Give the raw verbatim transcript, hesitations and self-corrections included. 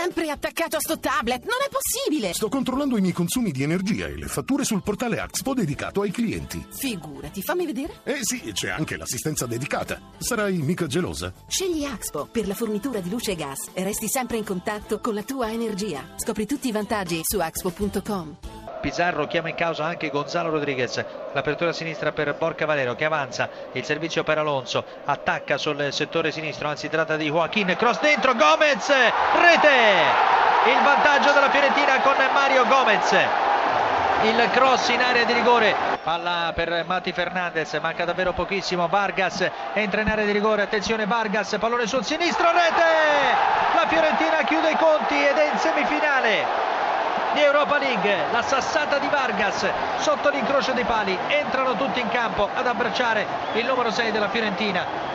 sempre attaccato a sto tablet, non è possibile! Sto controllando i miei consumi di energia e le fatture sul portale Axpo dedicato ai clienti. Figurati, fammi vedere. Eh sì, c'è anche l'assistenza dedicata. Sarai mica gelosa? Scegli Axpo per la fornitura di luce e gas e resti sempre in contatto con la tua energia. Scopri tutti i vantaggi su axpo punto com. Pizarro chiama in causa anche Gonzalo Rodriguez, l'apertura a sinistra per Borca Valero che avanza, il servizio per Alonso, attacca sul settore sinistro, anzi tratta di Joaquin, cross dentro, Gomez, rete, il vantaggio della Fiorentina con Mario Gomez, il cross in area di rigore, palla per Mati Fernandez, manca davvero pochissimo, Vargas entra in area di rigore, attenzione Vargas, pallone sul sinistro, rete, la Fiorentina chiude i conti ed è in semifinale di Europa League, la sassata di Vargas sotto l'incrocio dei pali, entrano tutti in campo ad abbracciare il numero sei della Fiorentina.